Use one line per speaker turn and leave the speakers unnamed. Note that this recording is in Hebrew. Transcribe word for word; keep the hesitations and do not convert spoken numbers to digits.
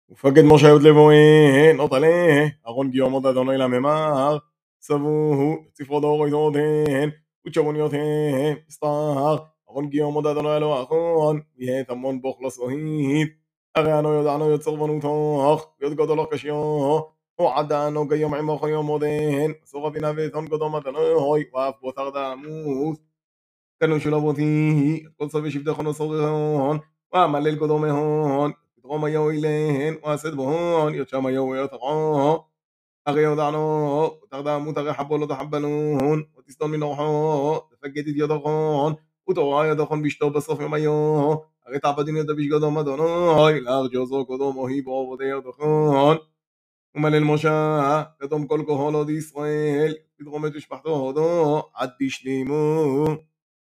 ופקד משה יוד לבוהן, אות עליהן, ארון גיומות אדוני לממר, צבוהו, ספרו דורו ידודהן, ותשבוניותהן, מסתר, ארון גיומות אדוני אלוה אחון, יהת המון בוך לא סוהית, הרי אנו יודענו יוצר בנותוך, יוד גדולו קשיו, ועדנו גיום עמוך יום מודהן, סור אבינה ואתון קדום אדוני, ואף בותר דעמוס, כנו שולבותי, כל סבי שבטכון וסוררון, ועמלל קדומהון, תרום היו אליהן, ועשת בהון, יותשם היו ויותרון, הרי יודענו, ותרדמו תרחבו לא תחבלון, ותסתון מנוחו, תפקד את יודרון, ותורה יודרון בשתו בסוף יום היו, הרי תעבדין ידע בשגדום אדוני, לארג'ו זו קדום אוהי בעובדי יודרון, ומלל משה, קדום כל כהל עוד ישראל, תדרום את משפחתו הודו, עד תשלימו.